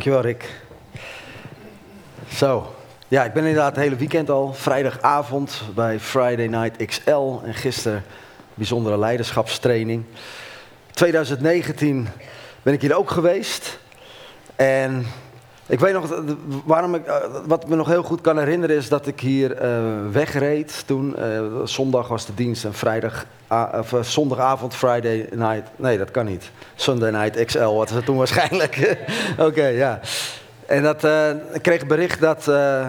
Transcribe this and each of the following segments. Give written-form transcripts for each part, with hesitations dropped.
Dankjewel, Rick. Zo, ja, ik ben inderdaad het hele weekend al. Vrijdagavond bij Friday Night XL en gisteren bijzondere leiderschapstraining. 2019 ben ik hier ook geweest. En ik weet nog, wat me nog heel goed kan herinneren is dat ik hier wegreed toen. Zondag was de dienst en zondagavond Friday Night. Nee, dat kan niet. Sunday Night XL, wat is het toen waarschijnlijk? Oké, ja. En ik kreeg een bericht dat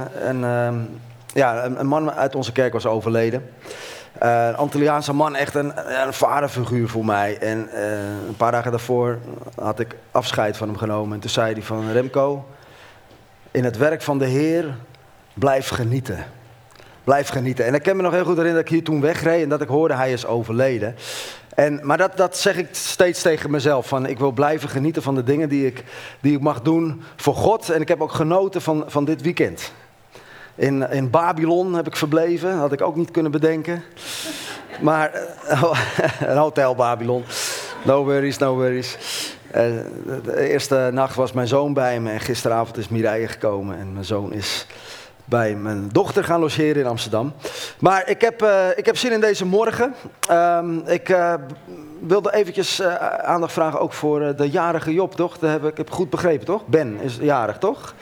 een man uit onze kerk was overleden. Een Antilliaanse man, echt een vaderfiguur voor mij. En een paar dagen daarvoor had ik afscheid van hem genomen. En toen zei hij van, Remco, in het werk van de Heer, blijf genieten. Blijf genieten. En ik kan me nog heel goed herinneren dat ik hier toen wegreed en dat ik hoorde hij is overleden. Maar dat zeg ik steeds tegen mezelf. Van, ik wil blijven genieten van de dingen die ik mag doen voor God. En ik heb ook genoten van dit weekend. In Babylon heb ik verbleven. Dat had ik ook niet kunnen bedenken. Maar een hotel Babylon. No worries, no worries. De eerste nacht was mijn zoon bij me. En gisteravond is Mireille gekomen. En mijn zoon is bij mijn dochter gaan logeren in Amsterdam. Maar ik heb zin in deze morgen. Ik wilde eventjes aandacht vragen ook voor de jarige Job, toch? Ik heb goed begrepen, toch? Ben is jarig, toch?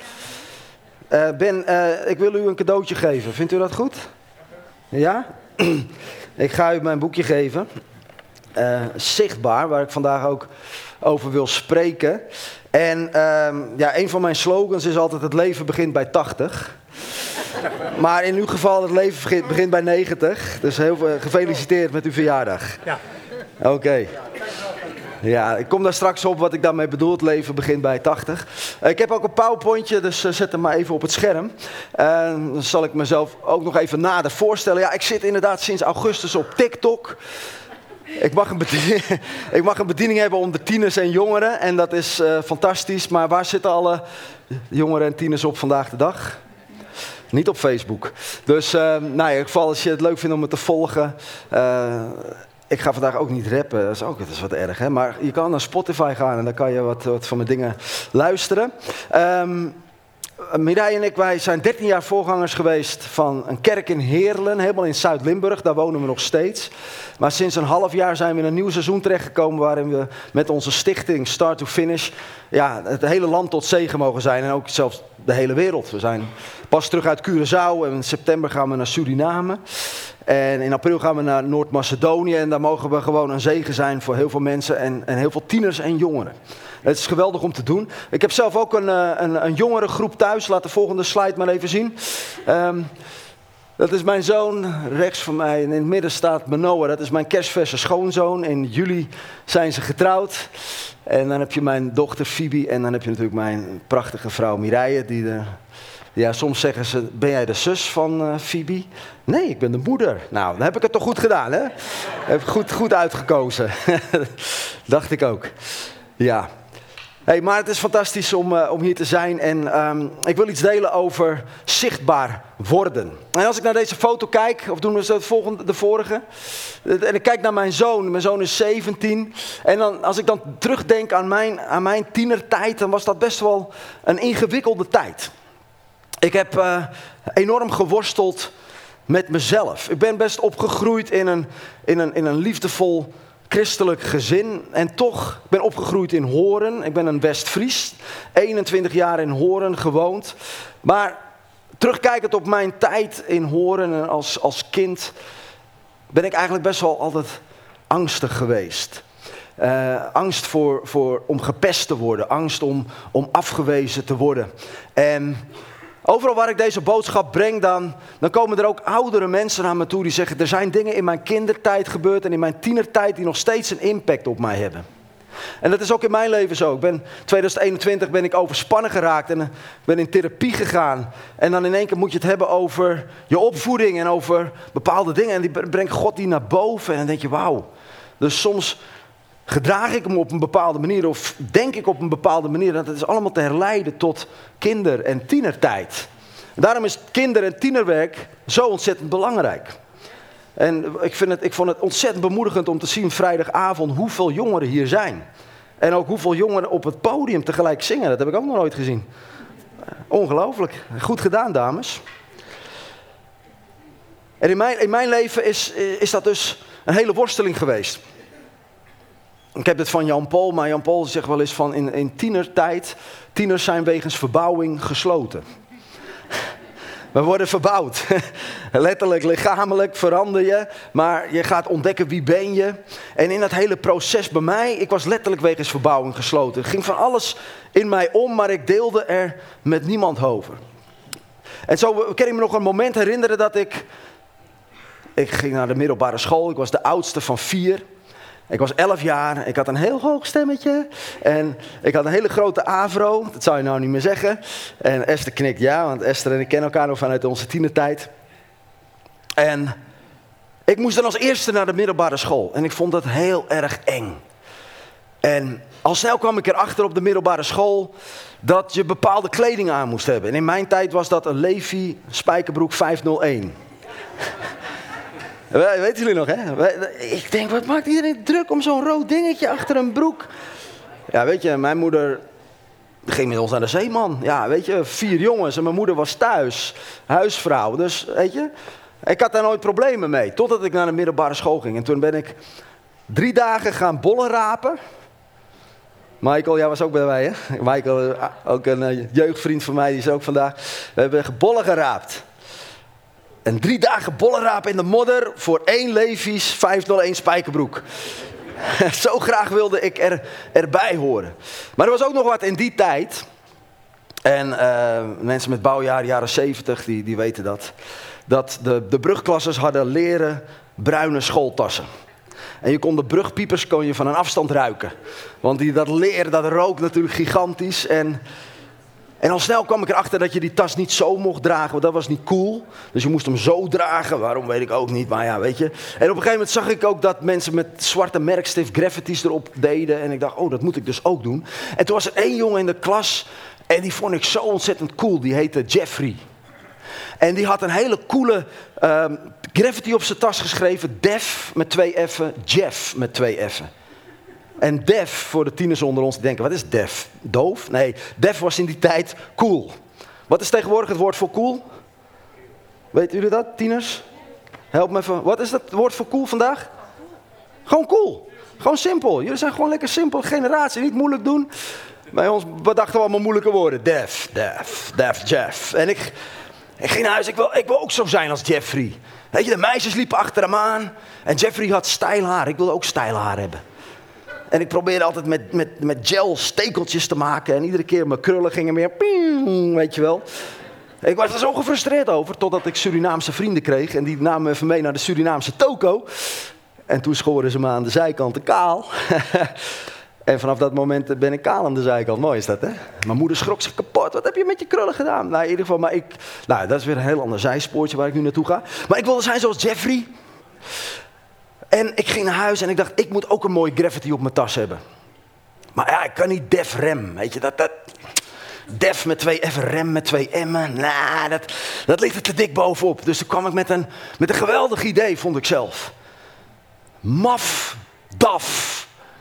Ben, ik wil u een cadeautje geven. Vindt u dat goed? Ja? Ik ga u mijn boekje geven. Zichtbaar, waar ik vandaag ook over wil spreken. En een van mijn slogans is altijd: het leven begint bij 80. Maar in uw geval, het leven begint bij 90. Dus heel veel gefeliciteerd met uw verjaardag. Ja. Oké. Ja, ik kom daar straks op wat ik daarmee bedoel. Het leven begint bij 80. Ik heb ook een PowerPointje, dus zet hem maar even op het scherm. Dan zal ik mezelf ook nog even nader voorstellen. Ja, ik zit inderdaad sinds augustus op TikTok. Ik mag een bediening hebben onder tieners en jongeren. En dat is fantastisch. Maar waar zitten alle jongeren en tieners op vandaag de dag? Niet op Facebook. Dus in ieder geval, als je het leuk vindt om me te volgen. Ik ga vandaag ook niet rappen, dat is wat erg, hè? Maar je kan naar Spotify gaan en dan kan je wat van mijn dingen luisteren. Mireille en ik, wij zijn 13 jaar voorgangers geweest van een kerk in Heerlen, helemaal in Zuid-Limburg, daar wonen we nog steeds. Maar sinds een half jaar zijn we in een nieuw seizoen terechtgekomen waarin we met onze stichting Start to Finish het hele land tot zegen mogen zijn en ook zelfs de hele wereld. We zijn pas terug uit Curaçao en in september gaan we naar Suriname. En in april gaan we naar Noord-Macedonië en daar mogen we gewoon een zegen zijn voor heel veel mensen en heel veel tieners en jongeren. Het is geweldig om te doen. Ik heb zelf ook een jongerengroep thuis. Laat de volgende slide maar even zien. Dat is mijn zoon, rechts van mij. En in het midden staat Manoa. Dat is mijn kerstverse schoonzoon. In juli zijn ze getrouwd. En dan heb je mijn dochter Phoebe. En dan heb je natuurlijk mijn prachtige vrouw Mireille. Soms zeggen ze, ben jij de zus van Phoebe? Nee, ik ben de moeder. Nou, dan heb ik het toch goed gedaan, hè? Heb ik goed uitgekozen. Dacht ik ook. Ja. Hey, maar het is fantastisch om hier te zijn en ik wil iets delen over zichtbaar worden. En als ik naar deze foto kijk, of doen we de vorige, en ik kijk naar mijn zoon is 17. En dan, als ik dan terugdenk aan mijn tienertijd, dan was dat best wel een ingewikkelde tijd. Ik heb enorm geworsteld met mezelf. Ik ben best opgegroeid in een liefdevol christelijk gezin. En toch, ik ben opgegroeid in Horen. Ik ben een West-Fries. 21 jaar in Horen gewoond. Maar terugkijkend op mijn tijd in Horen en als kind, ben ik eigenlijk best wel altijd angstig geweest. Angst om gepest te worden. Angst om afgewezen te worden. En overal waar ik deze boodschap breng, dan komen er ook oudere mensen naar me toe die zeggen, er zijn dingen in mijn kindertijd gebeurd en in mijn tienertijd die nog steeds een impact op mij hebben. En dat is ook in mijn leven zo. In 2021 ben ik overspannen geraakt en ben in therapie gegaan. En dan in één keer moet je het hebben over je opvoeding en over bepaalde dingen. En die brengt God die naar boven en dan denk je, wauw. Dus soms gedraag ik hem op een bepaalde manier of denk ik op een bepaalde manier. Dat is allemaal te herleiden tot kinder- en tienertijd. En daarom is kinder- en tienerwerk zo ontzettend belangrijk. En ik vond het ontzettend bemoedigend om te zien vrijdagavond hoeveel jongeren hier zijn. En ook hoeveel jongeren op het podium tegelijk zingen, dat heb ik ook nog nooit gezien. Ongelooflijk. Goed gedaan, dames. En in mijn leven is dat dus een hele worsteling geweest. Ik heb dit van Jan Paul, maar Jan Paul zegt wel eens van in tienertijd, tieners zijn wegens verbouwing gesloten. We worden verbouwd. Letterlijk, lichamelijk verander je, maar je gaat ontdekken wie ben je. En in dat hele proces bij mij, ik was letterlijk wegens verbouwing gesloten. Er ging van alles in mij om, maar ik deelde er met niemand over. En zo kan ik me nog een moment herinneren dat ik ging naar de middelbare school. Ik was de oudste van 4. Ik was 11 jaar, ik had een heel hoog stemmetje en ik had een hele grote afro, dat zou je nou niet meer zeggen. En Esther knikt ja, want Esther en ik kennen elkaar nog vanuit onze tienertijd. En ik moest dan als eerste naar de middelbare school en ik vond dat heel erg eng. En al snel kwam ik erachter op de middelbare school dat je bepaalde kleding aan moest hebben. En in mijn tijd was dat een Levi spijkerbroek 501. Weten jullie nog, hè? Ik denk, wat maakt iedereen druk om zo'n rood dingetje achter een broek? Ja, weet je, mijn moeder ging met ons naar de zeeman. Ja, weet je, 4 jongens en mijn moeder was thuis, huisvrouw. Dus, weet je, ik had daar nooit problemen mee. Totdat ik naar de middelbare school ging. En toen ben ik 3 dagen gaan bollen rapen. Michael, jij was ook bij mij, hè? Michael, ook een jeugdvriend van mij, die is ook vandaag. We hebben bollen geraapt. En 3 dagen bollen rapen in de modder voor 1 Levi's 501 spijkerbroek. Zo graag wilde ik erbij horen. Maar er was ook nog wat in die tijd. En mensen met bouwjaar, jaren 70, die weten dat. Dat de brugklassers hadden leren bruine schooltassen. En je kon de brugpiepers van een afstand ruiken. Want dat leer, dat rook natuurlijk gigantisch. En al snel kwam ik erachter dat je die tas niet zo mocht dragen, want dat was niet cool. Dus je moest hem zo dragen, waarom weet ik ook niet, maar ja, weet je. En op een gegeven moment zag ik ook dat mensen met zwarte merkstift graffitis erop deden. En ik dacht, dat moet ik dus ook doen. En toen was er 1 jongen in de klas en die vond ik zo ontzettend cool. Die heette Jeffrey. En die had een hele coole graffiti op zijn tas geschreven. Def met 2 F'en, Jeff met 2 F'en. En def, voor de tieners onder ons, die denken, wat is def? Doof? Nee, def was in die tijd cool. Wat is tegenwoordig het woord voor cool? Weten jullie dat, tieners? Help me even. Wat is het woord voor cool vandaag? Gewoon cool. Gewoon simpel. Jullie zijn gewoon lekker simpel generatie. Niet moeilijk doen. Bij ons bedachten we allemaal moeilijke woorden. Def, Jeff. En ik ging naar huis. Ik wil ook zo zijn als Jeffrey. Weet je, de meisjes liepen achter hem aan. En Jeffrey had stijl haar. Ik wilde ook stijl haar hebben. En ik probeerde altijd met gel stekeltjes te maken. En iedere keer mijn krullen gingen meer, ping, weet je wel. Ik was er zo gefrustreerd over, totdat ik Surinaamse vrienden kreeg. En die namen me even mee naar de Surinaamse toko. En toen schoren ze me aan de zijkanten kaal. En vanaf dat moment ben ik kaal aan de zijkant. Mooi is dat, hè? Mijn moeder schrok zich kapot. Wat heb je met je krullen gedaan? Nou, in ieder geval, dat is weer een heel ander zijspoortje waar ik nu naartoe ga. Maar ik wilde zijn zoals Jeffrey. En ik ging naar huis en ik dacht, ik moet ook een mooi graffiti op mijn tas hebben. Maar ja, ik kan niet def rem, weet je, dat def met 2 F'en, rem met 2 M'en, dat ligt er te dik bovenop. Dus toen kwam ik met een geweldig idee, vond ik zelf. Maf, daf.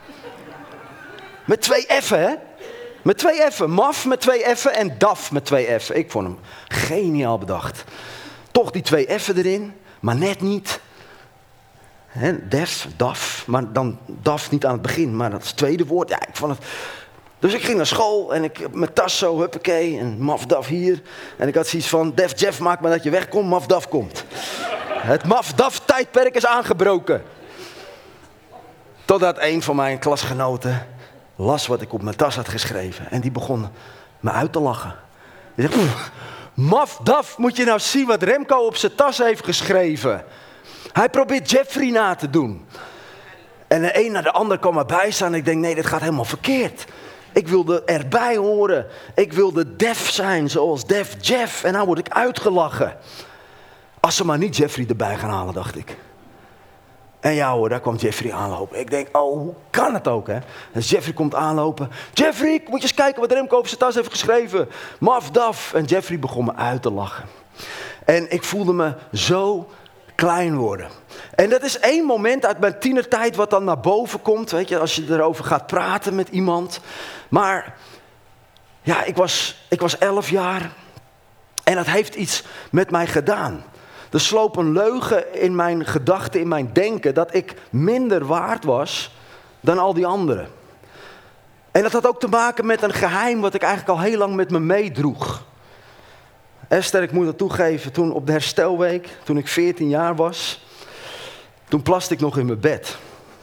Met 2 F'en, hè? Met 2 F'en, maf met 2 F'en en daf met 2 F'en. Ik vond hem geniaal bedacht. Toch die 2 F'en erin, maar net niet. Def, daf, maar dan daf niet aan het begin, maar dat is het tweede woord. Ja, ik vond het. Dus ik ging naar school en ik mijn tas zo, huppakee, en maf daf hier. En ik had zoiets van, Def Jeff, maak maar dat je wegkomt, maf daf komt. Het maf daf tijdperk is aangebroken. Totdat een van mijn klasgenoten las wat ik op mijn tas had geschreven. En die begon me uit te lachen. Die zegt, maf daf, moet je nou zien wat Remco op zijn tas heeft geschreven. Hij probeert Jeffrey na te doen. En de een naar de ander kwam erbij staan. En ik denk, nee, dit gaat helemaal verkeerd. Ik wilde erbij horen. Ik wilde Def zijn, zoals Def Jeff. En nou word ik uitgelachen. Als ze maar niet Jeffrey erbij gaan halen, dacht ik. En ja hoor, daar kwam Jeffrey aanlopen. Ik denk, hoe kan het ook, hè? Dus Jeffrey komt aanlopen. Jeffrey, moet je eens kijken wat Remco op zijn tas heeft geschreven. Maf, daf. En Jeffrey begon me uit te lachen. En ik voelde me zo klein worden. En dat is één moment uit mijn tienertijd wat dan naar boven komt. Weet je, als je erover gaat praten met iemand. Maar ja, ik was 11 jaar. En dat heeft iets met mij gedaan. Er sloop een leugen in mijn gedachten, in mijn denken, dat ik minder waard was dan al die anderen. En dat had ook te maken met een geheim wat ik eigenlijk al heel lang met me meedroeg. Esther, ik moet het toegeven, toen op de herstelweek, toen ik 14 jaar was, toen plaste ik nog in mijn bed.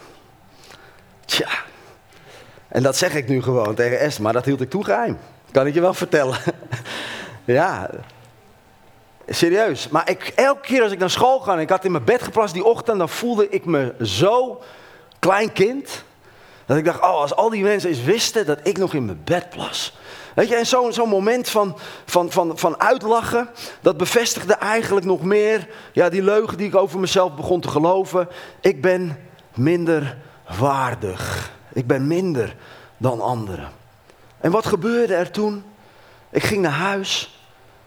Tja, en dat zeg ik nu gewoon tegen Esther, maar dat hield ik toen geheim. Kan ik je wel vertellen. Ja, serieus. Maar elke keer als ik naar school ga en ik had in mijn bed geplast die ochtend, dan voelde ik me zo klein kind. Dat ik dacht, oh, als al die mensen eens wisten dat ik nog in mijn bed plas. Weet je, en zo'n moment van uitlachen, dat bevestigde eigenlijk nog meer, ja, die leugen die ik over mezelf begon te geloven. Ik ben minder waardig. Ik ben minder dan anderen. En wat gebeurde er toen? Ik ging naar huis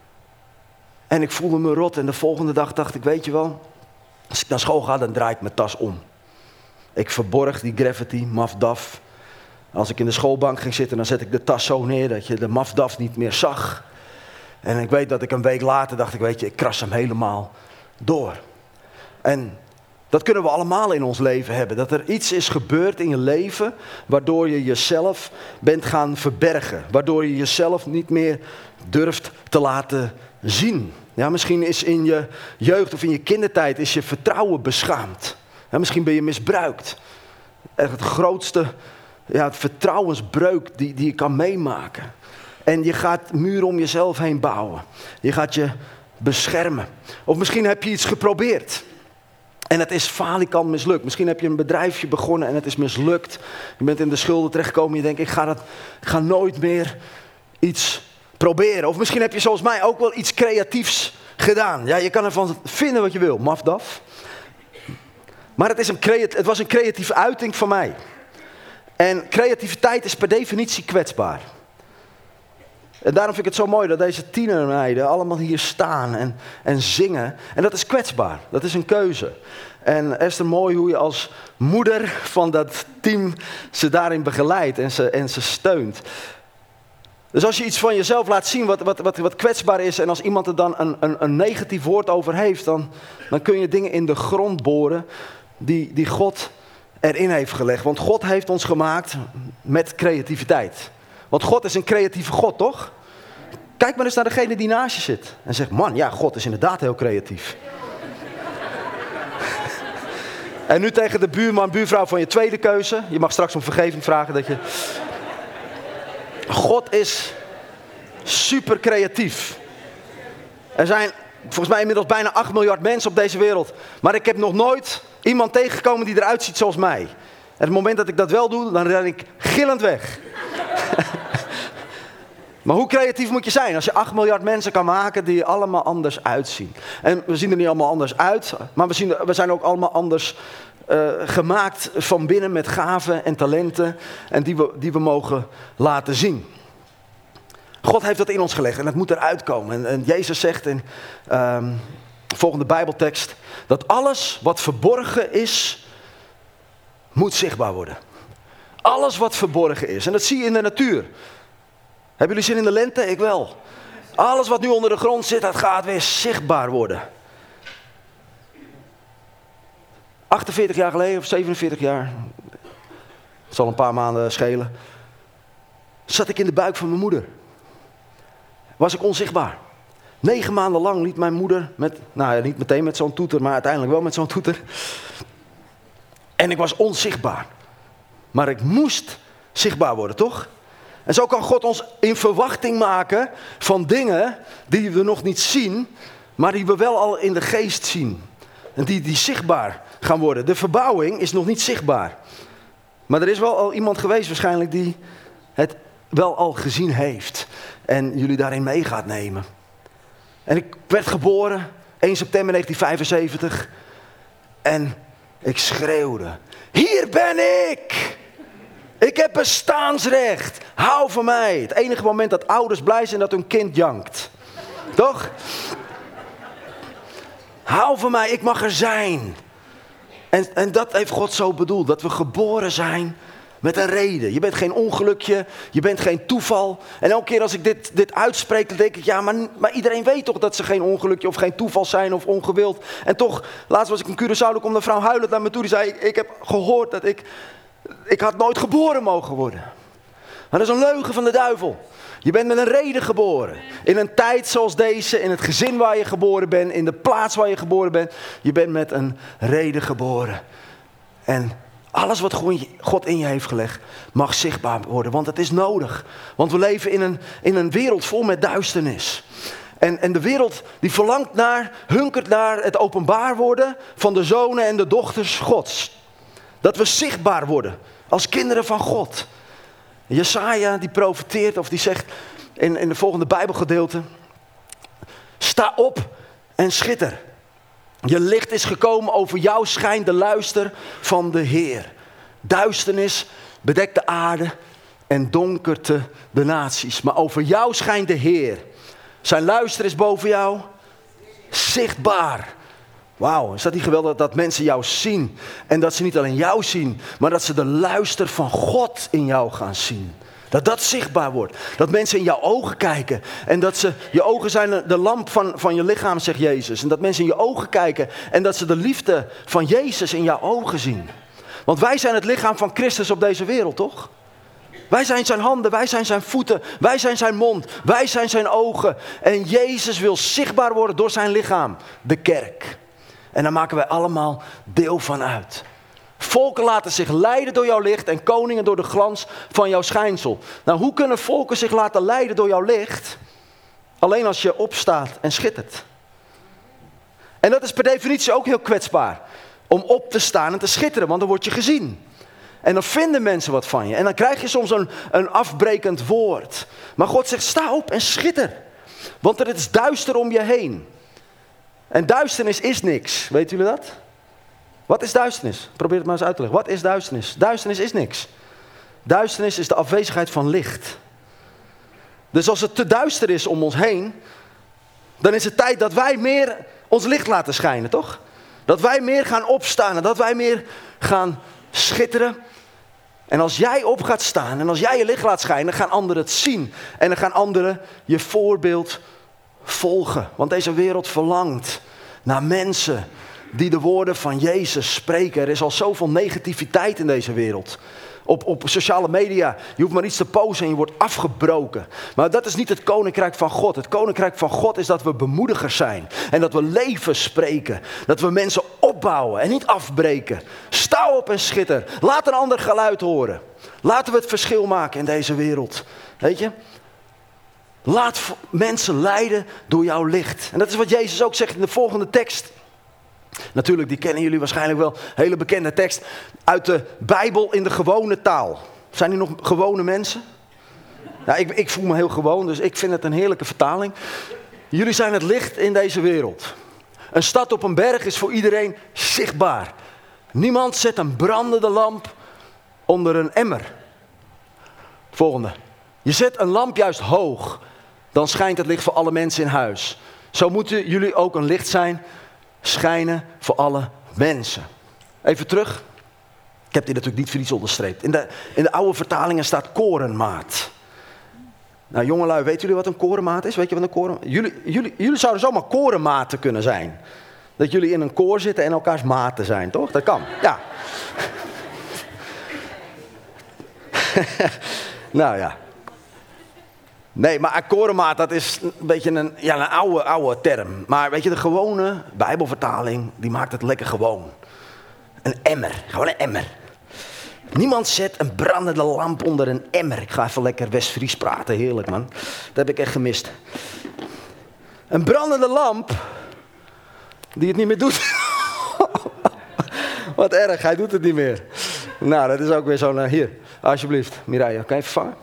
en ik voelde me rot. En de volgende dag dacht ik, weet je wel, als ik naar school ga, dan draai ik mijn tas om. Ik verborg die graffiti, mafdaf. Als ik in de schoolbank ging zitten, dan zet ik de tas zo neer dat je de mafdaf niet meer zag. En ik weet dat ik een week later dacht, weet je, ik kras hem helemaal door. En dat kunnen we allemaal in ons leven hebben. Dat er iets is gebeurd in je leven, waardoor je jezelf bent gaan verbergen. Waardoor je jezelf niet meer durft te laten zien. Ja, misschien is in je jeugd of in je kindertijd is je vertrouwen beschaamd. Ja, misschien ben je misbruikt. Echt het grootste vertrouwensbreuk die je kan meemaken. En je gaat muren om jezelf heen bouwen. Je gaat je beschermen. Of misschien heb je iets geprobeerd. En het is falikant mislukt. Misschien heb je een bedrijfje begonnen en het is mislukt. Je bent in de schulden terechtgekomen en je denkt, ik ga nooit meer iets proberen. Of misschien heb je zoals mij ook wel iets creatiefs gedaan. Ja, je kan ervan vinden wat je wil, mafdaf. Maar het was een creatieve uiting van mij. En creativiteit is per definitie kwetsbaar. En daarom vind ik het zo mooi dat deze tienermeiden allemaal hier staan en zingen. En dat is kwetsbaar, dat is een keuze. En Esther, mooi hoe je als moeder van dat team ze daarin begeleidt en ze steunt. Dus als je iets van jezelf laat zien wat kwetsbaar is en als iemand er dan een negatief woord over heeft, dan kun je dingen in de grond boren die God erin heeft gelegd. Want God heeft ons gemaakt met creativiteit. Want God is een creatieve God, toch? Kijk maar eens naar degene die naast je zit. En zegt, man, ja, God is inderdaad heel creatief. En nu tegen de buurvrouw van je tweede keuze. Je mag straks om vergeving vragen. God is super creatief. Er zijn volgens mij inmiddels bijna 8 miljard mensen op deze wereld. Maar ik heb nog nooit iemand tegengekomen die eruit ziet zoals mij. En het moment dat ik dat wel doe, dan ren ik gillend weg. Maar hoe creatief moet je zijn als je 8 miljard mensen kan maken die er allemaal anders uitzien? En we zien er niet allemaal anders uit, maar we zijn ook allemaal anders gemaakt van binnen met gaven en talenten en die we mogen laten zien. God heeft dat in ons gelegd en het moet eruit komen. En Jezus zegt in de volgende Bijbeltekst dat alles wat verborgen is, moet zichtbaar worden. Alles wat verborgen is. En dat zie je in de natuur. Hebben jullie zin in de lente? Ik wel. Alles wat nu onder de grond zit, dat gaat weer zichtbaar worden. 48 jaar geleden, of 47 jaar, het zal een paar maanden schelen, zat ik in de buik van mijn moeder. Was ik onzichtbaar. 9 maanden lang liet mijn moeder, niet meteen met zo'n toeter, maar uiteindelijk wel met zo'n toeter. En ik was onzichtbaar. Maar ik moest zichtbaar worden, toch? En zo kan God ons in verwachting maken van dingen die we nog niet zien, maar die we wel al in de geest zien. En die zichtbaar gaan worden. De verbouwing is nog niet zichtbaar. Maar er is wel al iemand geweest waarschijnlijk die het wel al gezien heeft. En jullie daarin mee gaat nemen. En ik werd geboren, 1 september 1975. En ik schreeuwde, hier ben ik! Ik heb bestaansrecht. Hou van mij. Het enige moment dat ouders blij zijn dat hun kind jankt. Toch? Hou van mij, ik mag er zijn. En dat heeft God zo bedoeld, dat we geboren zijn met een reden. Je bent geen ongelukje, je bent geen toeval. En elke keer als ik dit uitspreek, dan denk ik, ja, maar iedereen weet toch dat ze geen ongelukje of geen toeval zijn of ongewild. En toch, laatst was ik in Curaçao, dan kwam een vrouw huilend naar me toe, die zei, ik heb gehoord dat ik had nooit geboren mogen worden. Maar dat is een leugen van de duivel. Je bent met een reden geboren. In een tijd zoals deze, in het gezin waar je geboren bent, in de plaats waar je geboren bent. Je bent met een reden geboren. En alles wat God in je heeft gelegd, mag zichtbaar worden. Want het is nodig. Want we leven in een wereld vol met duisternis. En de wereld die hunkert naar het openbaar worden van de zonen en de dochters Gods. Dat we zichtbaar worden als kinderen van God. Jesaja die profeteert of die zegt in de volgende Bijbelgedeelte. Sta op en schitter. Je licht is gekomen, over jou schijnt de luister van de Heer. Duisternis bedekt de aarde en donkerte de naties. Maar over jou schijnt de Heer. Zijn luister is boven jou zichtbaar. Wauw, is dat niet geweldig dat mensen jou zien? En dat ze niet alleen jou zien, maar dat ze de luister van God in jou gaan zien. Dat zichtbaar wordt. Dat mensen in jouw ogen kijken. En dat je ogen zijn de lamp van je lichaam, zegt Jezus. En dat mensen in je ogen kijken. En dat ze de liefde van Jezus in jouw ogen zien. Want wij zijn het lichaam van Christus op deze wereld, toch? Wij zijn zijn handen, wij zijn zijn voeten, wij zijn zijn mond, wij zijn zijn ogen. En Jezus wil zichtbaar worden door zijn lichaam, de kerk. En daar maken wij allemaal deel van uit. Volken laten zich leiden door jouw licht en koningen door de glans van jouw schijnsel. Nou, hoe kunnen volken zich laten leiden door jouw licht? Alleen als je opstaat en schittert. En dat is per definitie ook heel kwetsbaar. Om op te staan en te schitteren, want dan word je gezien. En dan vinden mensen wat van je. En dan krijg je soms een afbrekend woord. Maar God zegt, sta op en schitter. Want het is duister om je heen. En duisternis is niks. Weten jullie dat? Wat is duisternis? Probeer het maar eens uit te leggen. Wat is duisternis? Duisternis is niks. Duisternis is de afwezigheid van licht. Dus als het te duister is om ons heen, dan is het tijd dat wij meer ons licht laten schijnen, toch? Dat wij meer gaan opstaan en dat wij meer gaan schitteren. En als jij op gaat staan en als jij je licht laat schijnen, dan gaan anderen het zien. En dan gaan anderen je voorbeeld volgen. Want deze wereld verlangt naar mensen die de woorden van Jezus spreken. Er is al zoveel negativiteit in deze wereld. Op sociale media, je hoeft maar iets te posten en je wordt afgebroken. Maar dat is niet het koninkrijk van God. Het koninkrijk van God is dat we bemoedigers zijn. En dat we leven spreken. Dat we mensen opbouwen en niet afbreken. Sta op en schitter. Laat een ander geluid horen. Laten we het verschil maken in deze wereld. Weet je? Laat mensen leiden door jouw licht. En dat is wat Jezus ook zegt in de volgende tekst. Natuurlijk, die kennen jullie waarschijnlijk wel. Hele bekende tekst uit de Bijbel in de gewone taal. Zijn er nog gewone mensen? Ja, ik voel me heel gewoon, dus ik vind het een heerlijke vertaling. Jullie zijn het licht in deze wereld. Een stad op een berg is voor iedereen zichtbaar. Niemand zet een brandende lamp onder een emmer. Volgende. Je zet een lamp juist hoog. Dan schijnt het licht voor alle mensen in huis. Zo moeten jullie ook een licht zijn. Schijnen voor alle mensen. Even terug. Ik heb dit natuurlijk niet voor iets onderstreept. In de oude vertalingen staat korenmaat. Nou jongelui, weten jullie wat een korenmaat is? Weet je wat een korenmaat is? Jullie zouden zomaar korenmaten kunnen zijn. Dat jullie in een koor zitten en elkaars maten zijn, toch? Dat kan, ja. Nou ja. Nee, maar korenmaat, dat is een beetje een oude term. Maar weet je, de gewone Bijbelvertaling, die maakt het lekker gewoon. Een emmer, gewoon een emmer. Niemand zet een brandende lamp onder een emmer. Ik ga even lekker West-Fries praten, heerlijk man. Dat heb ik echt gemist. Een brandende lamp, die het niet meer doet. Wat erg, hij doet het niet meer. Nou, dat is ook weer zo'n, hier, alsjeblieft, Mireille, kan je even vangen?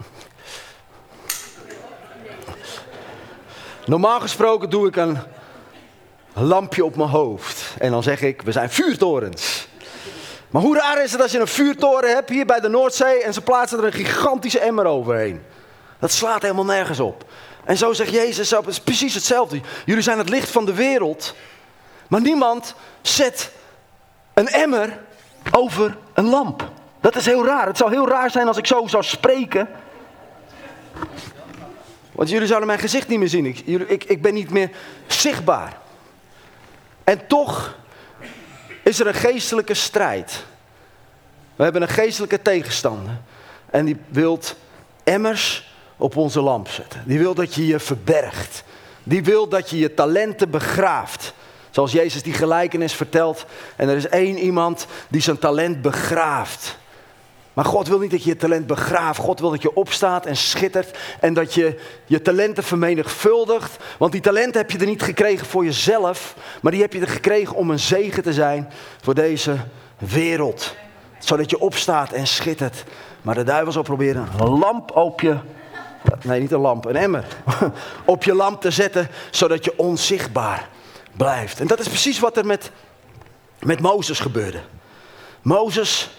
Normaal gesproken doe ik een lampje op mijn hoofd. En dan zeg ik, we zijn vuurtorens. Maar hoe raar is het als je een vuurtoren hebt hier bij de Noordzee en ze plaatsen er een gigantische emmer overheen. Dat slaat helemaal nergens op. En zo zegt Jezus, het is precies hetzelfde. Jullie zijn het licht van de wereld. Maar niemand zet een emmer over een lamp. Dat is heel raar. Het zou heel raar zijn als ik zo zou spreken. Want jullie zouden mijn gezicht niet meer zien. Ik ben niet meer zichtbaar. En toch is er een geestelijke strijd. We hebben een geestelijke tegenstander. En die wil emmers op onze lamp zetten. Die wil dat je je verbergt. Die wil dat je je talenten begraaft. Zoals Jezus die gelijkenis vertelt. En er is één iemand die zijn talent begraaft. Maar God wil niet dat je je talent begraaft. God wil dat je opstaat en schittert. En dat je je talenten vermenigvuldigt. Want die talenten heb je er niet gekregen voor jezelf. Maar die heb je er gekregen om een zegen te zijn voor deze wereld. Zodat je opstaat en schittert. Maar de duivel zal proberen een lamp op je... Nee, niet een lamp, een emmer. Op je lamp te zetten, zodat je onzichtbaar blijft. En dat is precies wat er met Mozes gebeurde. Mozes,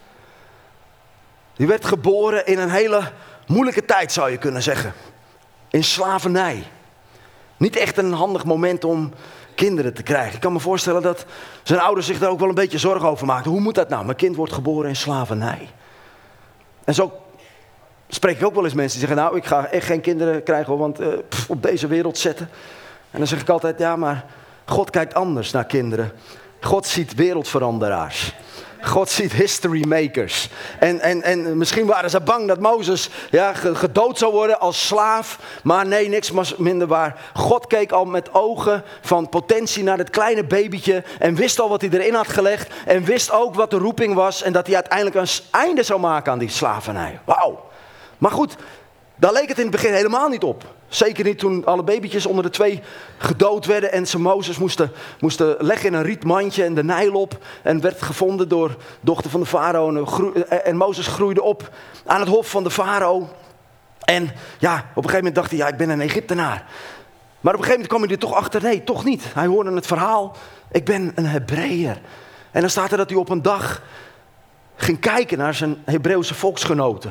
die werd geboren in een hele moeilijke tijd, zou je kunnen zeggen. In slavernij. Niet echt een handig moment om kinderen te krijgen. Ik kan me voorstellen dat zijn ouders zich daar ook wel een beetje zorgen over maakten. Hoe moet dat nou? Mijn kind wordt geboren in slavernij. En zo spreek ik ook wel eens mensen die zeggen, nou, ik ga echt geen kinderen krijgen, hoor, want op deze wereld zetten. En dan zeg ik altijd, ja, maar God kijkt anders naar kinderen. God ziet wereldveranderaars. God ziet history makers. En misschien waren ze bang dat Mozes gedood zou worden als slaaf. Maar nee, niks was minder waar. God keek al met ogen van potentie naar het kleine babytje. En wist al wat hij erin had gelegd. En wist ook wat de roeping was. En dat hij uiteindelijk een einde zou maken aan die slavernij. Wauw. Maar goed, daar leek het in het begin helemaal niet op. Zeker niet toen alle babytjes onder de 2 gedood werden en ze Mozes moesten leggen in een rietmandje en de Nijl op. En werd gevonden door dochter van de farao. En Mozes groeide op aan het hof van de farao. En ja, op een gegeven moment dacht hij, ja, ik ben een Egyptenaar. Maar op een gegeven moment kwam hij er toch achter, nee, toch niet. Hij hoorde het verhaal, ik ben een Hebreeër. En dan staat er dat hij op een dag ging kijken naar zijn Hebreeuwse volksgenoten.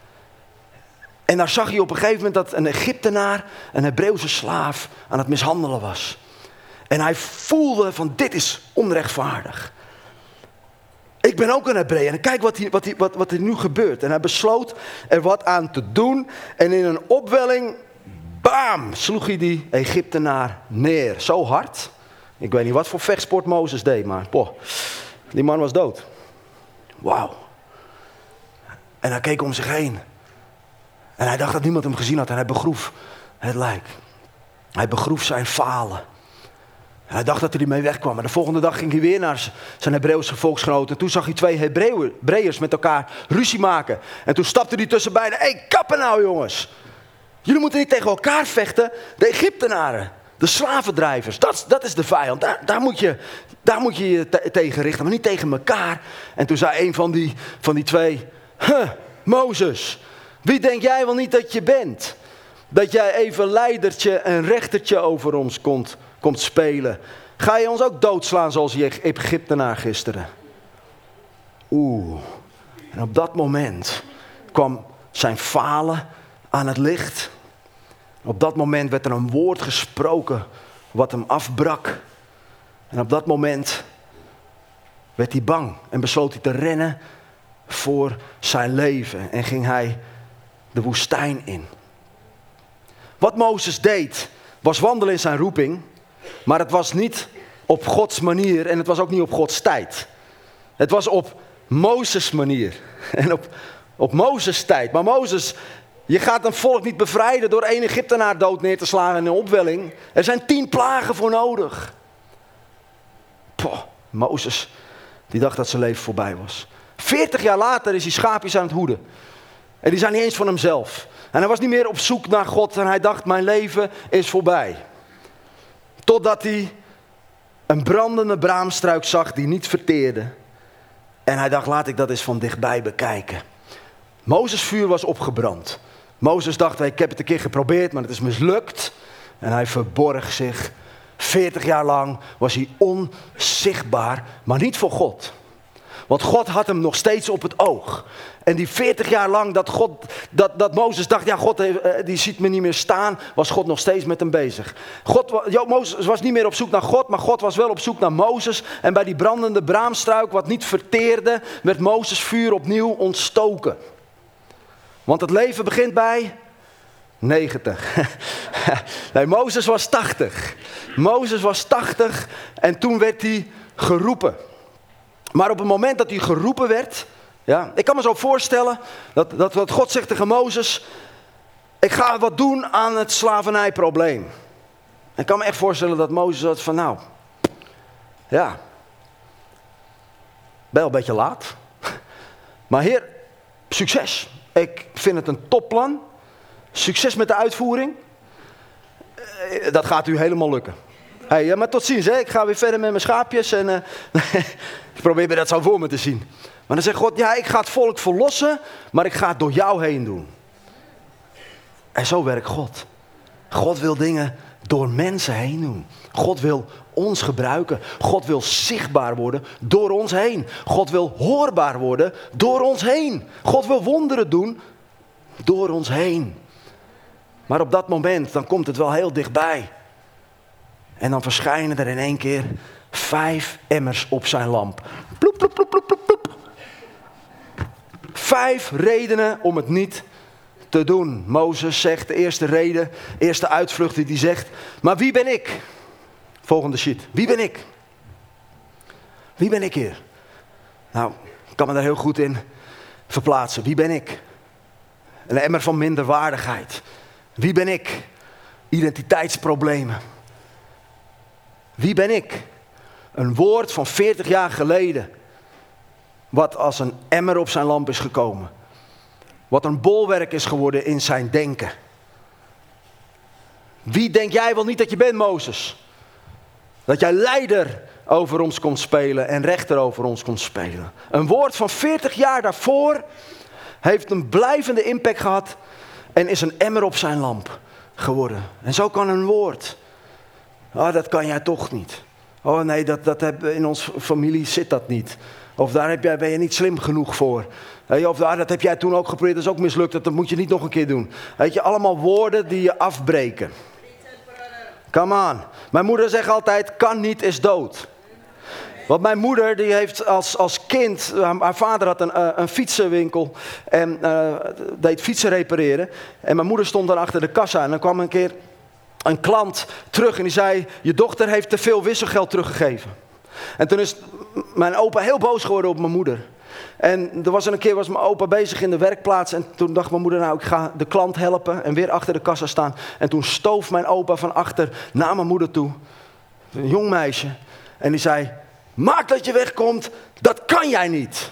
En daar zag hij op een gegeven moment dat een Egyptenaar, een Hebreeuwse slaaf, aan het mishandelen was. En hij voelde van, dit is onrechtvaardig. Ik ben ook een Hebreeër en kijk wat er nu gebeurt. En hij besloot er wat aan te doen. En in een opwelling, bam, sloeg hij die Egyptenaar neer. Zo hard. Ik weet niet wat voor vechtsport Mozes deed, maar die man was dood. Wauw. En hij keek om zich heen. En hij dacht dat niemand hem gezien had en hij begroef het lijk. Hij begroef zijn falen. En hij dacht dat hij ermee wegkwam. Maar de volgende dag ging hij weer naar zijn Hebreeuwse volksgenoten. En toen zag hij 2 Hebreeërs met elkaar ruzie maken. En toen stapte hij tussen beiden. Hé, kappen nou jongens. Jullie moeten niet tegen elkaar vechten. De Egyptenaren, de slavendrijvers. Dat is de vijand. Daar moet je je tegen richten. Maar niet tegen elkaar. En toen zei een van die 2. Mozes. Wie denk jij wel niet dat je bent? Dat jij even leidertje en rechtertje over ons komt spelen. Ga je ons ook doodslaan zoals die Egyptenaar gisteren? En op dat moment kwam zijn falen aan het licht. Op dat moment werd er een woord gesproken wat hem afbrak. En op dat moment werd hij bang en besloot hij te rennen voor zijn leven. En ging hij de woestijn in. Wat Mozes deed, was wandelen in zijn roeping. Maar het was niet op Gods manier en het was ook niet op Gods tijd. Het was op Mozes manier. En op Mozes tijd. Maar Mozes, je gaat een volk niet bevrijden door 1 Egyptenaar dood neer te slaan in een opwelling. Er zijn 10 plagen voor nodig. Mozes, die dacht dat zijn leven voorbij was. 40 jaar later is hij schaapjes aan het hoeden. En die zijn niet eens van hemzelf. En hij was niet meer op zoek naar God. En hij dacht, mijn leven is voorbij. Totdat hij een brandende braamstruik zag die niet verteerde. En hij dacht, laat ik dat eens van dichtbij bekijken. Mozes' vuur was opgebrand. Mozes dacht, ik heb het een keer geprobeerd, maar het is mislukt. En hij verborg zich. 40 jaar lang was hij onzichtbaar, maar niet voor God. Want God had hem nog steeds op het oog. En die 40 jaar lang dat Mozes dacht, ja, God die ziet me niet meer staan, was God nog steeds met hem bezig. Mozes was niet meer op zoek naar God, maar God was wel op zoek naar Mozes. En bij die brandende braamstruik, wat niet verteerde, werd Mozes vuur opnieuw ontstoken. Want het leven begint bij 90. Nee, Mozes was 80. Mozes was 80 en toen werd hij geroepen. Maar op het moment dat hij geroepen werd, ja, ik kan me zo voorstellen dat God zegt tegen Mozes, ik ga wat doen aan het slavernijprobleem. Ik kan me echt voorstellen dat Mozes had van, nou, ja, wel een beetje laat. Maar Heer, succes. Ik vind het een topplan. Succes met de uitvoering. Dat gaat u helemaal lukken. Hey, maar tot ziens, hè. Ik ga weer verder met mijn schaapjes. En, ik probeer me dat zo voor me te zien. Maar dan zegt God, ja, ik ga het volk verlossen, maar ik ga het door jou heen doen. En zo werkt God. God wil dingen door mensen heen doen. God wil ons gebruiken. God wil zichtbaar worden door ons heen. God wil hoorbaar worden door ons heen. God wil wonderen doen door ons heen. Maar op dat moment, dan komt het wel heel dichtbij. En dan verschijnen er in één keer 5 emmers op zijn lamp. Ploep, ploep, ploep, ploep, ploep, ploep. 5 redenen om het niet te doen. Mozes zegt, de eerste reden, eerste uitvlucht die hij zegt. Maar wie ben ik? Volgende sheet. Wie ben ik? Wie ben ik hier? Nou, ik kan me daar heel goed in verplaatsen. Wie ben ik? Een emmer van minderwaardigheid. Wie ben ik? Identiteitsproblemen. Wie ben ik? Een woord van 40 jaar geleden. Wat als een emmer op zijn lamp is gekomen. Wat een bolwerk is geworden in zijn denken. Wie denk jij wel niet dat je bent, Mozes? Dat jij leider over ons kon spelen en rechter over ons kon spelen. Een woord van 40 jaar daarvoor heeft een blijvende impact gehad en is een emmer op zijn lamp geworden. En zo kan een woord. Oh, dat kan jij toch niet. Oh nee, in onze familie zit dat niet. Of daar ben je niet slim genoeg voor. Of dat heb jij toen ook geprobeerd, dat is ook mislukt. Dat moet je niet nog een keer doen. Weet je, allemaal woorden die je afbreken. Come on. Mijn moeder zegt altijd, kan niet is dood. Want mijn moeder die heeft als kind, haar vader had een fietsenwinkel en deed fietsen repareren. En mijn moeder stond dan achter de kassa en dan kwam een keer een klant terug en die zei, je dochter heeft te veel wisselgeld teruggegeven. En toen is mijn opa heel boos geworden op mijn moeder. En er was een keer mijn opa bezig in de werkplaats en toen dacht mijn moeder, nou ik ga de klant helpen en weer achter de kassa staan. En toen stoof mijn opa van achter naar mijn moeder toe, een jong meisje, en die zei, maak dat je wegkomt, dat kan jij niet.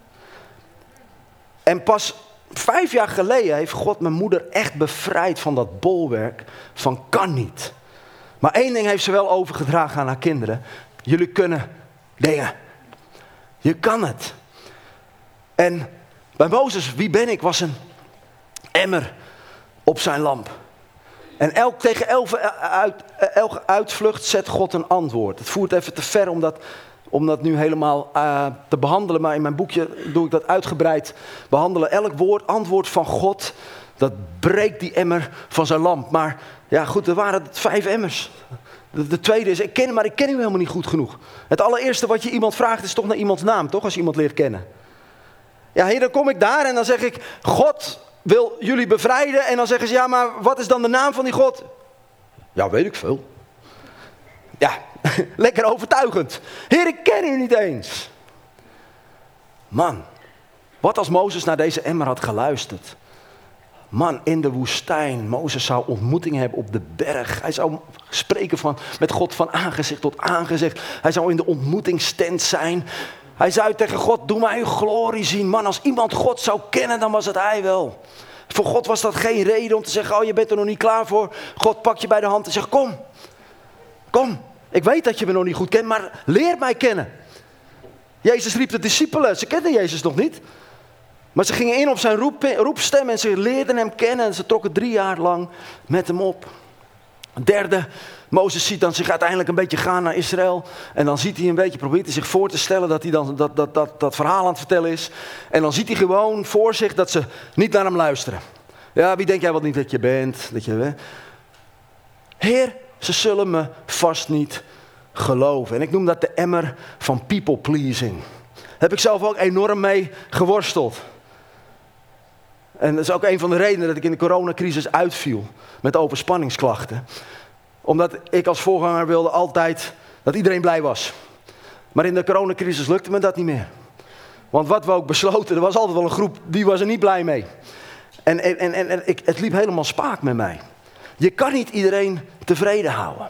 En pas 5 jaar geleden heeft God mijn moeder echt bevrijd van dat bolwerk van kan niet. Maar 1 ding heeft ze wel overgedragen aan haar kinderen. Jullie kunnen dingen. Je kan het. En bij Mozes, wie ben ik, was een emmer op zijn lamp. En tegen elke uitvlucht zet God een antwoord. Het voert even te ver om dat nu helemaal te behandelen. Maar in mijn boekje doe ik dat uitgebreid behandelen. Elk antwoord van God, dat breekt die emmer van zijn lamp. Maar ja goed, er waren 5 emmers. De tweede is, ik ken u helemaal niet goed genoeg. Het allereerste wat je iemand vraagt is toch naar iemands naam, toch? Als je iemand leert kennen. Ja, Heer, dan kom ik daar en dan zeg ik, God wil jullie bevrijden. En dan zeggen ze, ja, maar wat is dan de naam van die God? Ja, weet ik veel. Ja, lekker overtuigend. Heer, ik ken u niet eens. Man, wat als Mozes naar deze emmer had geluisterd? Man, in de woestijn. Mozes zou ontmoetingen hebben op de berg. Hij zou spreken met God van aangezicht tot aangezicht. Hij zou in de ontmoetingstent zijn. Hij zei tegen God, doe mij uw glorie zien. Man, als iemand God zou kennen, dan was het hij wel. Voor God was dat geen reden om te zeggen, oh je bent er nog niet klaar voor. God pakt je bij de hand en zegt, kom. Ik weet dat je me nog niet goed kent, maar leer mij kennen. Jezus riep de discipelen, ze kenden Jezus nog niet. Maar ze gingen in op zijn roepstem en ze leerden hem kennen en ze trokken 3 jaar lang met hem op. Derde, Mozes ziet dan zich uiteindelijk een beetje gaan naar Israël. En dan ziet hij een beetje, probeert hij zich voor te stellen dat hij dan dat verhaal aan het vertellen is. En dan ziet hij gewoon voor zich dat ze niet naar hem luisteren. Ja, wie denk jij wel niet dat je bent? Heer, ze zullen me vast niet geloven. En ik noem dat de emmer van people pleasing. Daar heb ik zelf ook enorm mee geworsteld. En dat is ook een van de redenen dat ik in de coronacrisis uitviel met overspanningsklachten. Omdat ik als voorganger wilde altijd dat iedereen blij was. Maar in de coronacrisis lukte me dat niet meer. Want wat we ook besloten, er was altijd wel een groep die was er niet blij mee. En het liep helemaal spaak met mij. Je kan niet iedereen tevreden houden.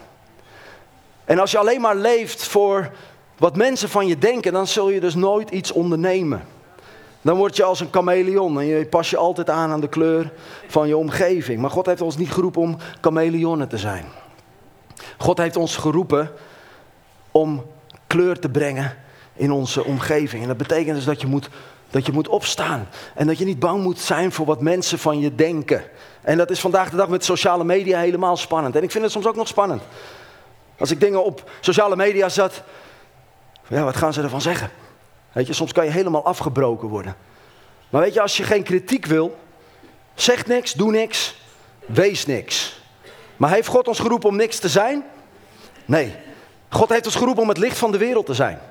En als je alleen maar leeft voor wat mensen van je denken, dan zul je dus nooit iets ondernemen. Dan word je als een chameleon en je pas je altijd aan de kleur van je omgeving. Maar God heeft ons niet geroepen om chameleonnen te zijn. God heeft ons geroepen om kleur te brengen in onze omgeving. En dat betekent dus dat je moet opstaan. En dat je niet bang moet zijn voor wat mensen van je denken. En dat is vandaag de dag met sociale media helemaal spannend. En ik vind het soms ook nog spannend. Als ik dingen op sociale media zet, ja, wat gaan ze ervan zeggen? Weet je, soms kan je helemaal afgebroken worden. Maar weet je, als je geen kritiek wil, zeg niks, doe niks, wees niks. Maar heeft God ons geroepen om niks te zijn? Nee. God heeft ons geroepen om het licht van de wereld te zijn.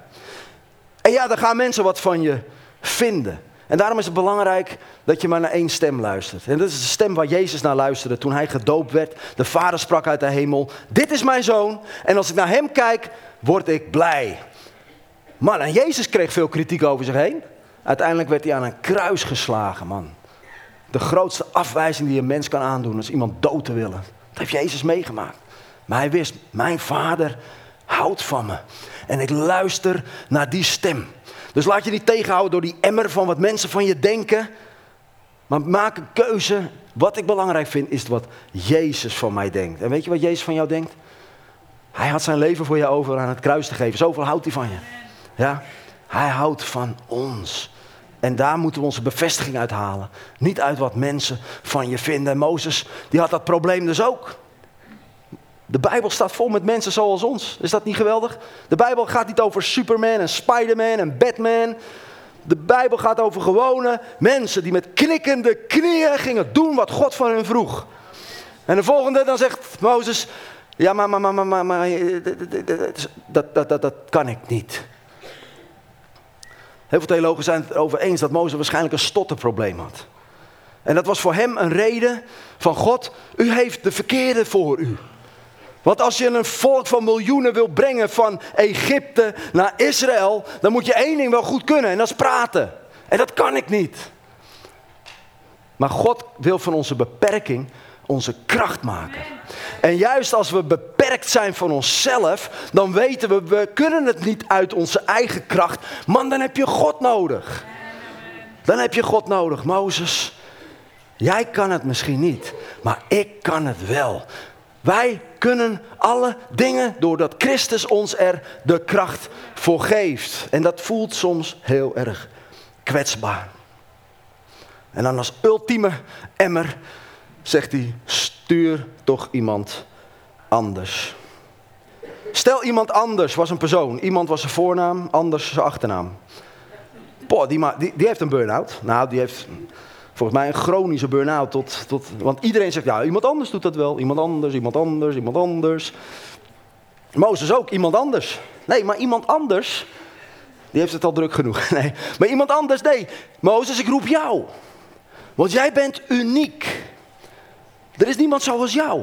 En ja, dan gaan mensen wat van je vinden. En daarom is het belangrijk dat je maar naar één stem luistert. En dat is de stem waar Jezus naar luisterde toen hij gedoopt werd. De Vader sprak uit de hemel, dit is mijn zoon. En als ik naar hem kijk, word ik blij. Man, en Jezus kreeg veel kritiek over zich heen. Uiteindelijk werd hij aan een kruis geslagen, man. De grootste afwijzing die een mens kan aandoen is iemand dood te willen. Dat heeft Jezus meegemaakt. Maar hij wist, mijn Vader houdt van me. En ik luister naar die stem. Dus laat je niet tegenhouden door die emmer van wat mensen van je denken. Maar maak een keuze. Wat ik belangrijk vind is wat Jezus van mij denkt. En weet je wat Jezus van jou denkt? Hij had zijn leven voor je over aan het kruis te geven. Zoveel houdt hij van je. Ja, hij houdt van ons. En daar moeten we onze bevestiging uit halen. Niet uit wat mensen van je vinden. En Mozes, die had dat probleem dus ook. De Bijbel staat vol met mensen zoals ons. Is dat niet geweldig? De Bijbel gaat niet over Superman en Spiderman en Batman. De Bijbel gaat over gewone mensen die met knikkende knieën gingen doen wat God van hen vroeg. En de volgende, dan zegt Mozes, ja maar dat kan ik niet. Heel veel theologen zijn het erover eens dat Mozes waarschijnlijk een stotterprobleem had. En dat was voor hem een reden van God, u heeft de verkeerde voor u. Want als je een volk van miljoenen wil brengen van Egypte naar Israël, dan moet je één ding wel goed kunnen en dat is praten. En dat kan ik niet. Maar God wil van onze beperking onze kracht maken. En juist als we beperkt zijn van onszelf, dan weten we kunnen het niet uit onze eigen kracht. Man, dan heb je God nodig. Dan heb je God nodig. Mozes, jij kan het misschien niet, maar ik kan het wel. Wij kunnen alle dingen doordat Christus ons er de kracht voor geeft. En dat voelt soms heel erg kwetsbaar. En dan als ultieme emmer zegt hij, stuur toch iemand anders. Stel iemand anders was een persoon. Iemand was zijn voornaam, anders zijn achternaam. Boah, die heeft een burn-out. Nou, die heeft volgens mij een chronische burn-out. Want iedereen zegt, ja, iemand anders doet dat wel. Iemand anders. Mozes ook, iemand anders. Nee, maar iemand anders, die heeft het al druk genoeg. Nee, maar iemand anders, nee. Mozes, ik roep jou. Want jij bent uniek. Er is niemand zoals jou.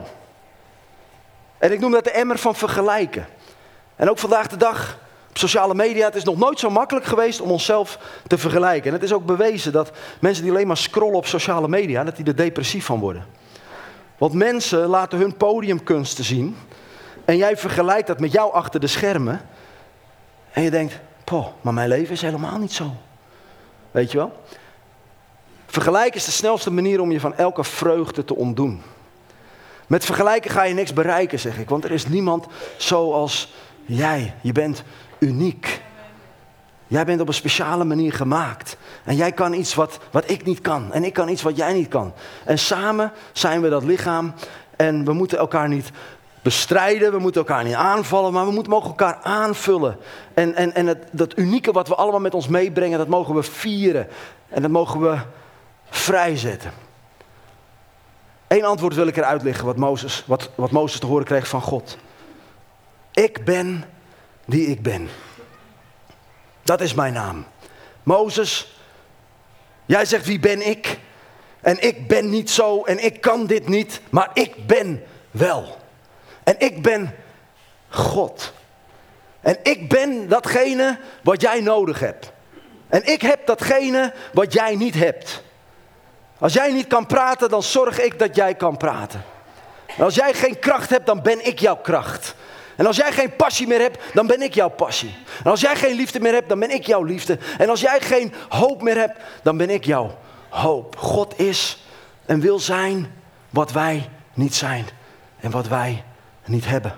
En ik noem dat de emmer van vergelijken. En ook vandaag de dag op sociale media, het is nog nooit zo makkelijk geweest om onszelf te vergelijken. En het is ook bewezen dat mensen die alleen maar scrollen op sociale media, dat die er depressief van worden. Want mensen laten hun podiumkunsten zien en jij vergelijkt dat met jou achter de schermen. En je denkt, maar mijn leven is helemaal niet zo. Weet je wel? Vergelijken is de snelste manier om je van elke vreugde te ontdoen. Met vergelijken ga je niks bereiken, zeg ik. Want er is niemand zoals jij. Je bent uniek. Jij bent op een speciale manier gemaakt. En jij kan iets wat ik niet kan. En ik kan iets wat jij niet kan. En samen zijn we dat lichaam. En we moeten elkaar niet bestrijden, we moeten elkaar niet aanvallen, maar we mogen elkaar aanvullen. En dat unieke wat we allemaal met ons meebrengen, dat mogen we vieren. En dat mogen we vrijzetten. Eén antwoord wil ik eruit liggen wat Mozes te horen kreeg van God. Ik ben die ik ben. Dat is mijn naam. Mozes, jij zegt wie ben ik? En ik ben niet zo en ik kan dit niet, maar ik ben wel. En ik ben God. En ik ben datgene wat jij nodig hebt. En ik heb datgene wat jij niet hebt. Als jij niet kan praten, dan zorg ik dat jij kan praten. En als jij geen kracht hebt, dan ben ik jouw kracht. En als jij geen passie meer hebt, dan ben ik jouw passie. En als jij geen liefde meer hebt, dan ben ik jouw liefde. En als jij geen hoop meer hebt, dan ben ik jouw hoop. God is en wil zijn wat wij niet zijn. En wat wij niet hebben.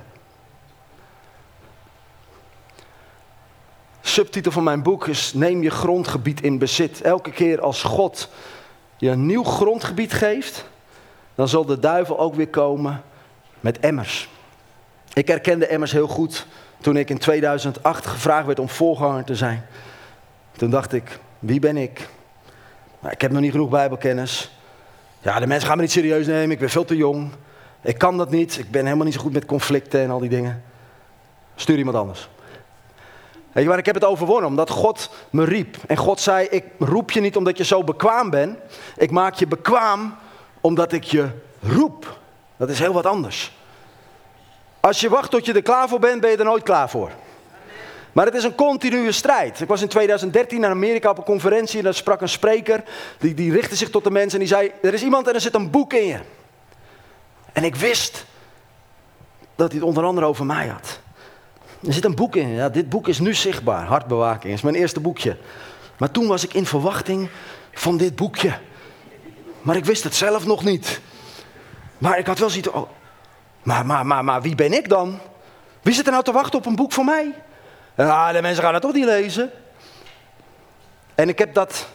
Subtitel van mijn boek is: neem je grondgebied in bezit. Elke keer als God je een nieuw grondgebied geeft, dan zal de duivel ook weer komen met emmers. Ik herkende emmers heel goed toen ik in 2008 gevraagd werd om voorganger te zijn. Toen dacht ik, wie ben ik? Nou, ik heb nog niet genoeg bijbelkennis. Ja, de mensen gaan me niet serieus nemen, ik ben veel te jong. Ik kan dat niet, ik ben helemaal niet zo goed met conflicten en al die dingen. Stuur iemand anders. Weet je, maar ik heb het overwonnen omdat God me riep. En God zei, ik roep je niet omdat je zo bekwaam bent. Ik maak je bekwaam omdat ik je roep. Dat is heel wat anders. Als je wacht tot je er klaar voor bent, ben je er nooit klaar voor. Maar het is een continue strijd. Ik was in 2013 naar Amerika op een conferentie en daar sprak een spreker. Die richtte zich tot de mensen en die zei, er is iemand en er zit een boek in je. En ik wist dat hij het onder andere over mij had. Er zit een boek in. Ja, dit boek is nu zichtbaar. Hartbewaking is mijn eerste boekje. Maar toen was ik in verwachting van dit boekje. Maar ik wist het zelf nog niet. Maar ik had wel zoiets. Oh, maar wie ben ik dan? Wie zit er nou te wachten op een boek voor mij? Ja, de mensen gaan het toch niet lezen. En ik heb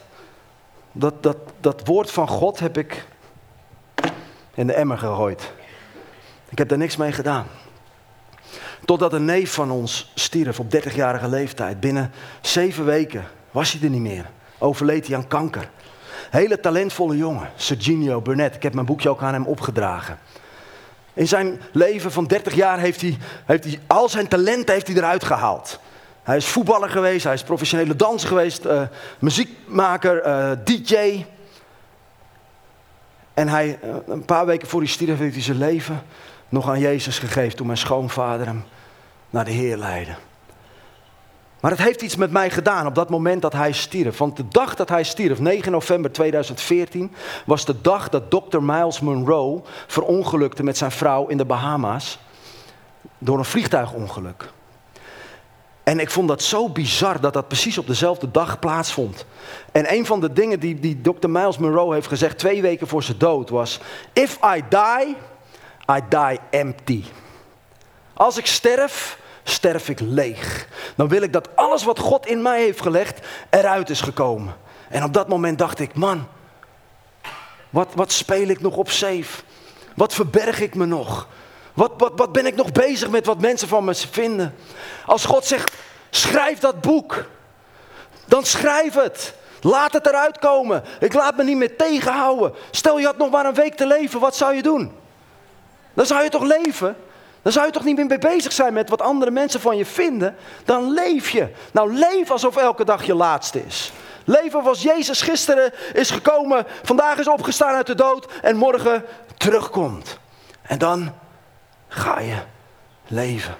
dat woord van God heb ik in de emmer gegooid. Ik heb daar niks mee gedaan. Totdat een neef van ons stierf op 30-jarige leeftijd. Binnen 7 weken was hij er niet meer. Overleed hij aan kanker. Hele talentvolle jongen, Serginio Burnett. Ik heb mijn boekje ook aan hem opgedragen. In zijn leven van 30 jaar heeft hij al zijn talenten eruit gehaald. Hij is voetballer geweest, hij is professionele danser geweest, muziekmaker, DJ. En hij, een paar weken voor hij stierf, heeft hij zijn leven nog aan Jezus gegeven toen mijn schoonvader hem naar de Heer leidde. Maar het heeft iets met mij gedaan op dat moment dat hij stierf. Want de dag dat hij stierf, 9 november 2014, was de dag dat Dr. Miles Monroe verongelukte met zijn vrouw in de Bahama's door een vliegtuigongeluk. En ik vond dat zo bizar dat dat precies op dezelfde dag plaatsvond. En een van de dingen die Dr. Miles Monroe heeft gezegd 2 weken voor zijn dood was: If I die empty. Als ik sterf ik leeg. Dan wil ik dat alles wat God in mij heeft gelegd eruit is gekomen. En op dat moment dacht ik, man, wat speel ik nog op safe? Wat verberg ik me nog? Wat ben ik nog bezig met wat mensen van me vinden? Als God zegt, schrijf dat boek. Dan schrijf het. Laat het eruit komen. Ik laat me niet meer tegenhouden. Stel je had nog maar een week te leven, wat zou je doen? Dan zou je toch leven? Dan zou je toch niet meer mee bezig zijn met wat andere mensen van je vinden? Dan leef je. Nou, leef alsof elke dag je laatste is. Leef alsof Jezus gisteren is gekomen, vandaag is opgestaan uit de dood en morgen terugkomt. En dan ga je leven.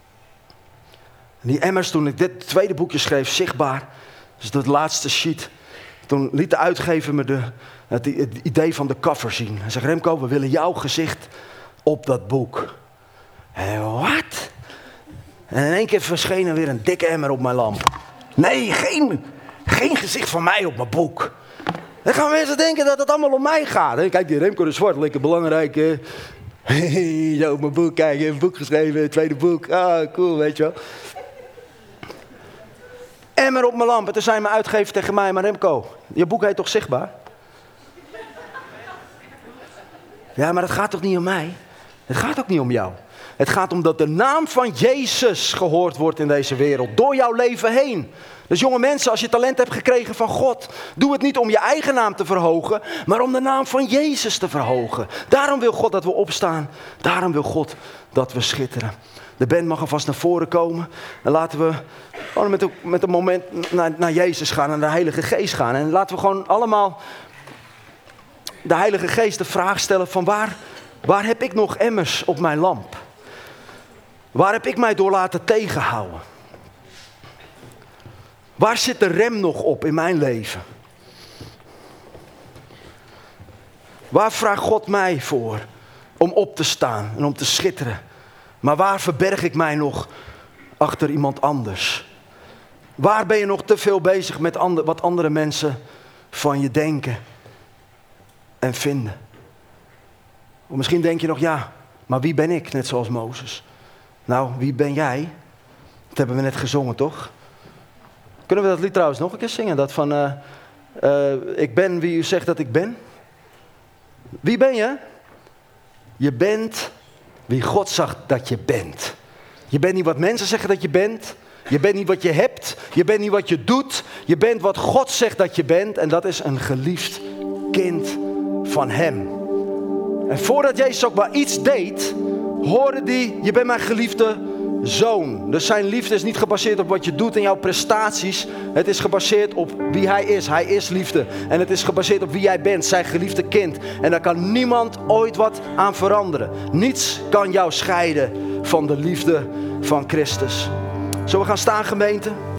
En die emmers, toen ik dit tweede boekje schreef, zichtbaar, dus dat laatste sheet, toen liet de uitgever me het idee van de cover zien. Hij zegt, Remco, we willen jouw gezicht op dat boek. En wat? En in één keer verscheen er weer een dikke emmer op mijn lamp. Nee, geen gezicht van mij op mijn boek. Dan gaan mensen denken dat het allemaal om mij gaat. En kijk, die Remco de Zwart, lekker belangrijk. Zo op mijn boek, kijk, een boek geschreven, het tweede boek. Ah, cool, weet je wel. Emmer op mijn lamp. En toen zei mijn uitgever tegen mij, maar Remco, je boek heet toch Zichtbaar? Ja, maar dat gaat toch niet om mij? Het gaat ook niet om jou. Het gaat om dat de naam van Jezus gehoord wordt in deze wereld. Door jouw leven heen. Dus jonge mensen, als je talent hebt gekregen van God. Doe het niet om je eigen naam te verhogen. Maar om de naam van Jezus te verhogen. Daarom wil God dat we opstaan. Daarom wil God dat we schitteren. De band mag alvast naar voren komen. En laten we gewoon met een moment naar Jezus gaan. En naar de Heilige Geest gaan. En laten we gewoon allemaal de Heilige Geest de vraag stellen van waar heb ik nog emmers op mijn lamp? Waar heb ik mij door laten tegenhouden? Waar zit de rem nog op in mijn leven? Waar vraagt God mij voor om op te staan en om te schitteren? Maar waar verberg ik mij nog achter iemand anders? Waar ben je nog te veel bezig met wat andere mensen van je denken en vinden? Of misschien denk je nog, ja, maar wie ben ik? Net zoals Mozes. Nou, wie ben jij? Dat hebben we net gezongen, toch? Kunnen we dat lied trouwens nog een keer zingen? Dat van, ik ben wie u zegt dat ik ben. Wie ben je? Je bent wie God zegt dat je bent. Je bent niet wat mensen zeggen dat je bent. Je bent niet wat je hebt. Je bent niet wat je doet. Je bent wat God zegt dat je bent. En dat is een geliefd kind van hem. En voordat Jezus ook maar iets deed, hoorde hij, je bent mijn geliefde zoon. Dus zijn liefde is niet gebaseerd op wat je doet en jouw prestaties. Het is gebaseerd op wie hij is. Hij is liefde. En het is gebaseerd op wie jij bent, zijn geliefde kind. En daar kan niemand ooit wat aan veranderen. Niets kan jou scheiden van de liefde van Christus. Zullen we gaan staan, gemeente?